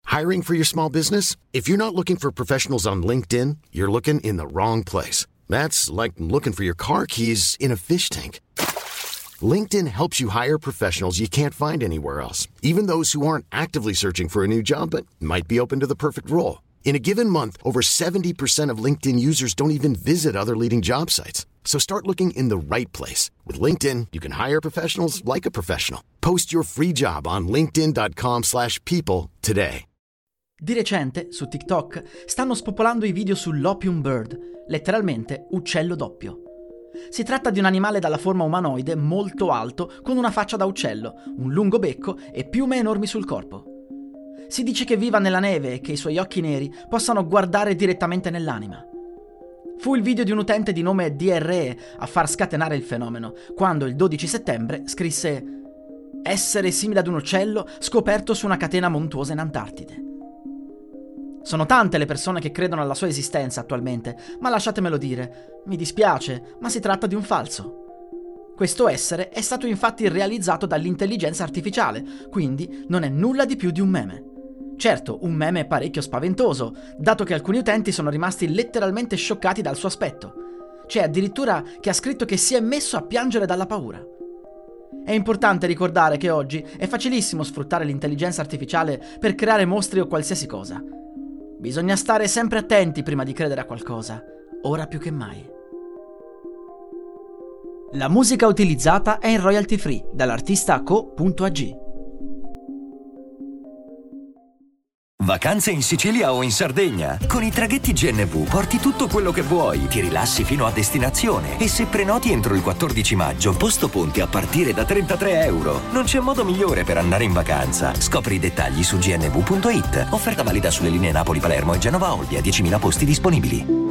Hiring for your small business? If you're not looking for professionals on LinkedIn, you're looking in the wrong place. That's like looking for your car keys in a fish tank. LinkedIn helps you hire professionals you can't find anywhere else, even those who aren't actively searching for a new job but might be open to the perfect role. In a given month, over 70% of LinkedIn users don't even visit other leading job sites. So start looking in the right place. With LinkedIn, you can hire professionals like a professional. Post your free job on linkedin.com/people today. Di recente, su TikTok, stanno spopolando i video sull'opium bird, letteralmente uccello doppio. Si tratta di un animale dalla forma umanoide molto alto con una faccia da uccello, un lungo becco e piume enormi sul corpo. Si dice che viva nella neve e che i suoi occhi neri possano guardare direttamente nell'anima. Fu il video di un utente di nome DRE a far scatenare il fenomeno, quando il 12 settembre scrisse «Essere simile ad un uccello scoperto su una catena montuosa in Antartide». Sono tante le persone che credono alla sua esistenza attualmente, ma lasciatemelo dire, mi dispiace, ma si tratta di un falso. Questo essere è stato infatti realizzato dall'intelligenza artificiale, quindi non è nulla di più di un meme. Certo, un meme parecchio spaventoso, dato che alcuni utenti sono rimasti letteralmente scioccati dal suo aspetto. C'è addirittura chi ha scritto che si è messo a piangere dalla paura. È importante ricordare che oggi è facilissimo sfruttare l'intelligenza artificiale per creare mostri o qualsiasi cosa. Bisogna stare sempre attenti prima di credere a qualcosa, ora più che mai. La musica utilizzata è in royalty free dall'artista co.ag. Vacanze in Sicilia o in Sardegna? Con i traghetti GNV porti tutto quello che vuoi, ti rilassi fino a destinazione e se prenoti entro il 14 maggio, posto ponti a partire da €33. Non c'è modo migliore per andare in vacanza. Scopri i dettagli su gnv.it. Offerta valida sulle linee Napoli-Palermo e Genova-Olbia, 10.000 posti disponibili.